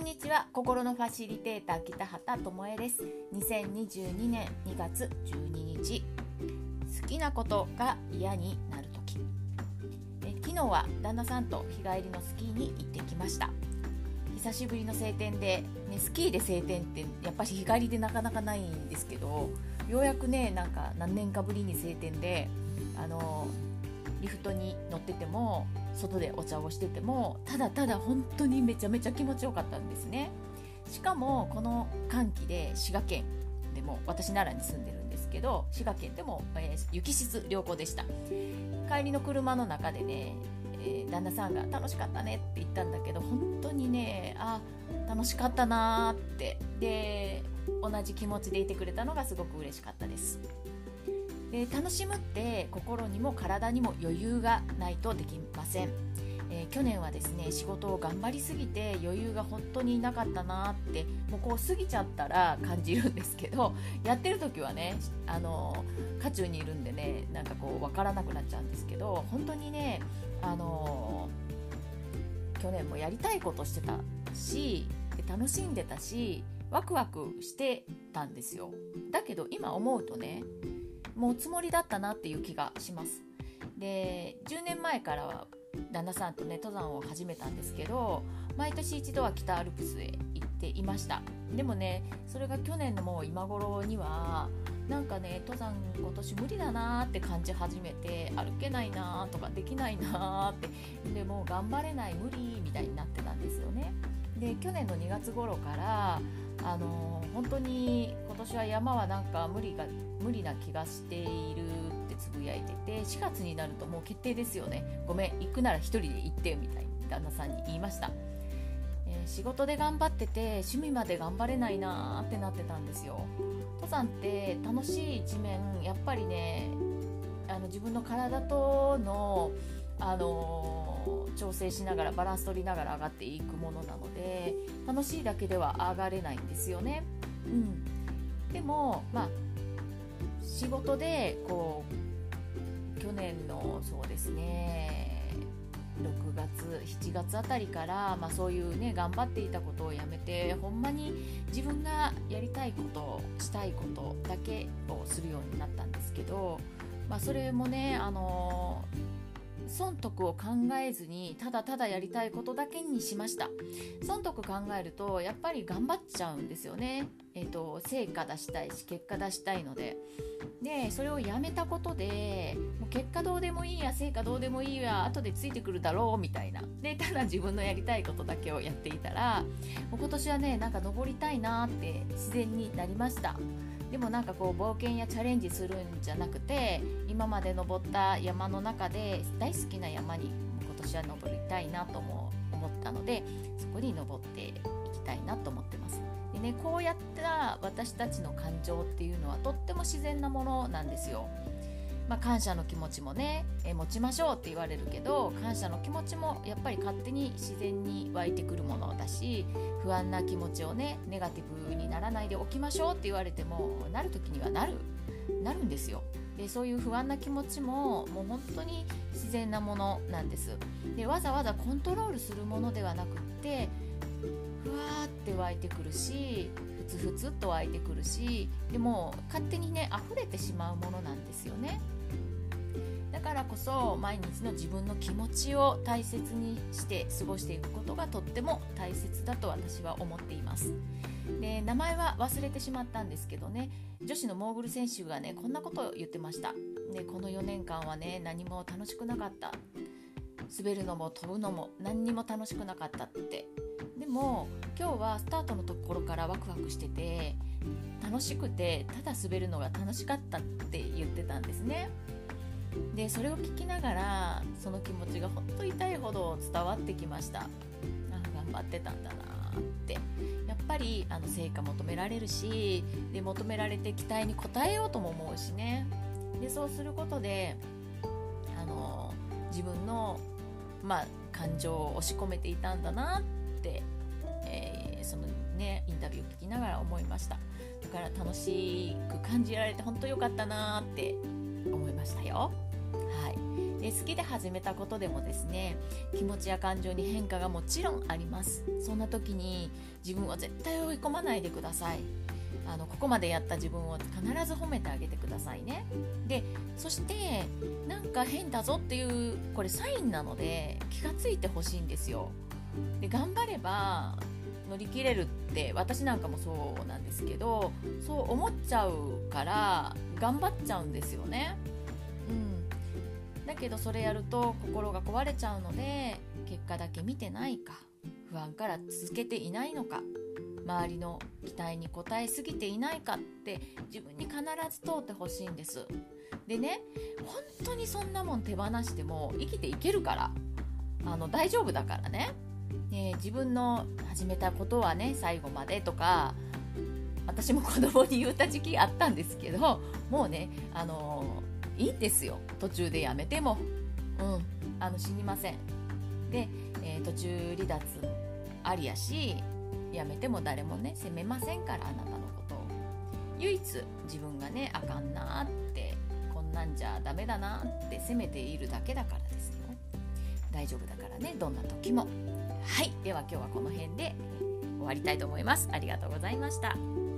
んにちは。心のファシリテーター北畑智恵です。2022年2月12日、好きなことが嫌になるとき。昨日は旦那さんと日帰りのスキーに行ってきました。久しぶりの晴天で、スキーで晴天ってやっぱり日帰りでなかなかないんですけど、ようやくね、何年かぶりに晴天で、リフトに乗ってても外でお茶をしててもただただ本当にめちゃめちゃ気持ちよかったんですね。しかもこの寒気で滋賀県でも、私奈良に住んでるんですけど、滋賀県でも、雪質良好でした。帰りの車の中でね、旦那さんが楽しかったねって言ったんだけど、本当にね、楽しかったなってで同じ気持ちでいてくれたのがすごく嬉しかったです。楽しむって心にも体にも余裕がないとできません。去年はですね、仕事を頑張りすぎて余裕が本当になかったなって、もうこう過ぎちゃったら感じるんですけど、やってる時はね、渦中にいるんでね、分からなくなっちゃうんですけど、本当にね、去年もやりたいことしてたし、楽しんでたし、ワクワクしてたんですよ。だけど今思うとね、もうつもりだったなっていう気がします。で、10年前からは旦那さんとね、登山を始めたんですけど、毎年一度は北アルプスへ行っていました。でもね、それが去年のもう今頃には登山今年無理だなって感じ始めて、歩けないなとかできないなって、でもう頑張れない、無理みたいになってたんですよね。で、去年の2月頃から本当に今年は山は無理な気がしているってつぶやいてて、4月になるともう決定ですよね。ごめん、行くなら一人で行ってみたいに旦那さんに言いました。仕事で頑張ってて趣味まで頑張れないなってなってたんですよ。登山って楽しい一面、やっぱりね、自分の体との調整しながら、バランス取りながら上がっていくものなので、楽しいだけでは上がれないんですよね。でも仕事で去年のそうですね、6月7月あたりから、そういうね、頑張っていたことをやめて、ほんまに自分がやりたいこと、したいことだけをするようになったんですけど、それもね、損得を考えずにただただやりたいことだけにしました。損得考えるとやっぱり頑張っちゃうんですよね。成果出したいし、結果出したいので。で、それをやめたことで、もう結果どうでもいいや、成果どうでもいいや、後でついてくるだろうみたいな。で、ただ自分のやりたいことだけをやっていたら、もう今年はね、登りたいなって自然になりました。でも冒険やチャレンジするんじゃなくて、今まで登った山の中で大好きな山に今年は登りたいなとも思ったので、そこに登っていきたいなと思ってます。でね、こうやった私たちの感情っていうのはとっても自然なものなんですよ。感謝の気持ちもね、持ちましょうって言われるけど、感謝の気持ちもやっぱり勝手に自然に湧いてくるものだし、不安な気持ちをね、ネガティブにならないでおきましょうって言われても、なる時にはなるんですよ。で、そういう不安な気持ちももう本当に自然なものなんです。で、わざわざコントロールするものではなくって、ふわーって湧いてくるし、ふつふつっと湧いてくるし、でも勝手にね、溢れてしまうものなんですよね。だからこそ毎日の自分の気持ちを大切にして過ごしていくことがとっても大切だと私は思っています。で、名前は忘れてしまったんですけどね、女子のモーグル選手がね、こんなことを言ってました。で、この4年間はね、何も楽しくなかった、滑るのも飛ぶのも何にも楽しくなかったって。でも今日はスタートのところからワクワクしてて、楽しくて、ただ滑るのが楽しかったって言ってたんですね。で、それを聞きながら、その気持ちが本当痛いほど伝わってきました。頑張ってたんだなって。やっぱり成果求められるし、で、求められて期待に応えようとも思うしね。で、そうすることで自分の感情を押し込めていたんだなって、そのね、インタビューを聞きながら思いました。だから楽しく感じられて本当良かったなって思いましたよ。はい。で、 好きで始めたことでもですね、気持ちや感情に変化がもちろんあります。そんな時に自分を絶対追い込まないでください。ここまでやった自分を必ず褒めてあげてくださいね。で、そしてなんか変だぞっていうこれサインなので気がついてほしいんですよ。で、頑張れば乗り切れるって私なんかもそうなんですけど、そう思っちゃうから頑張っちゃうんですよね。だけどそれやると心が壊れちゃうので、結果だけ見てないか、不安から続けていないのか、周りの期待に応えすぎていないかって自分に必ず問うてほしいんです。でね、本当にそんなもん手放しても生きていけるから、大丈夫だからね。自分の始めたことはね最後までとか、私も子供に言った時期あったんですけど、もうねいいんですよ、途中でやめても、死にません。で、途中離脱ありやし、やめても誰もね責めませんから、あなたのことを。唯一自分がねあかんなって、こんなんじゃダメだなって責めているだけだからですよ。大丈夫だからね、どんな時も。はい、では今日はこの辺で終わりたいと思います。ありがとうございました。